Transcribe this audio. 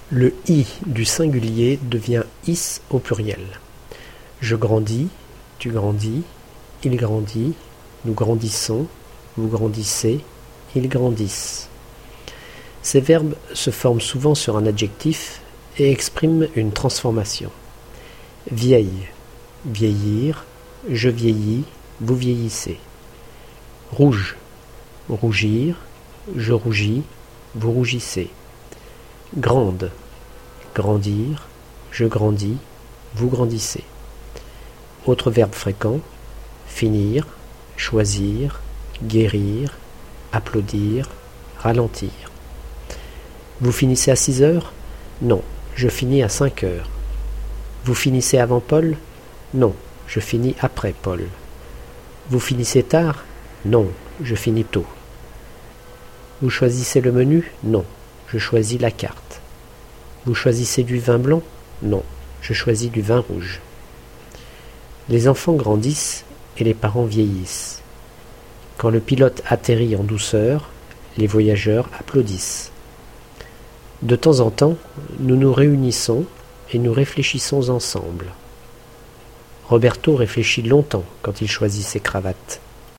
Le « i » du singulier devient « is » au pluriel. Je grandis, tu grandis, il grandit, nous grandissons, vous grandissez, ils grandissent. Ces verbes se forment souvent sur un adjectif et expriment une transformation. Vieille, vieillir, je vieillis, vous vieillissez. Rouge, rougir, je rougis, vous rougissez. Grande, grandir, je grandis, vous grandissez. Autres verbes fréquents, finir, choisir, guérir, applaudir, ralentir. Vous finissez à 6 heures? Non, je finis à 5 heures. Vous finissez avant Paul? Non, je finis après Paul. Vous finissez tard? Non, je finis tôt. Vous choisissez le menu? Non, je choisis la carte. Vous choisissez du vin blanc? Non, je choisis du vin rouge. Les enfants grandissent et les parents vieillissent. Quand le pilote atterrit en douceur, les voyageurs applaudissent. De temps en temps, nous nous réunissons et nous réfléchissons ensemble. Roberto réfléchit longtemps quand il choisit ses cravates.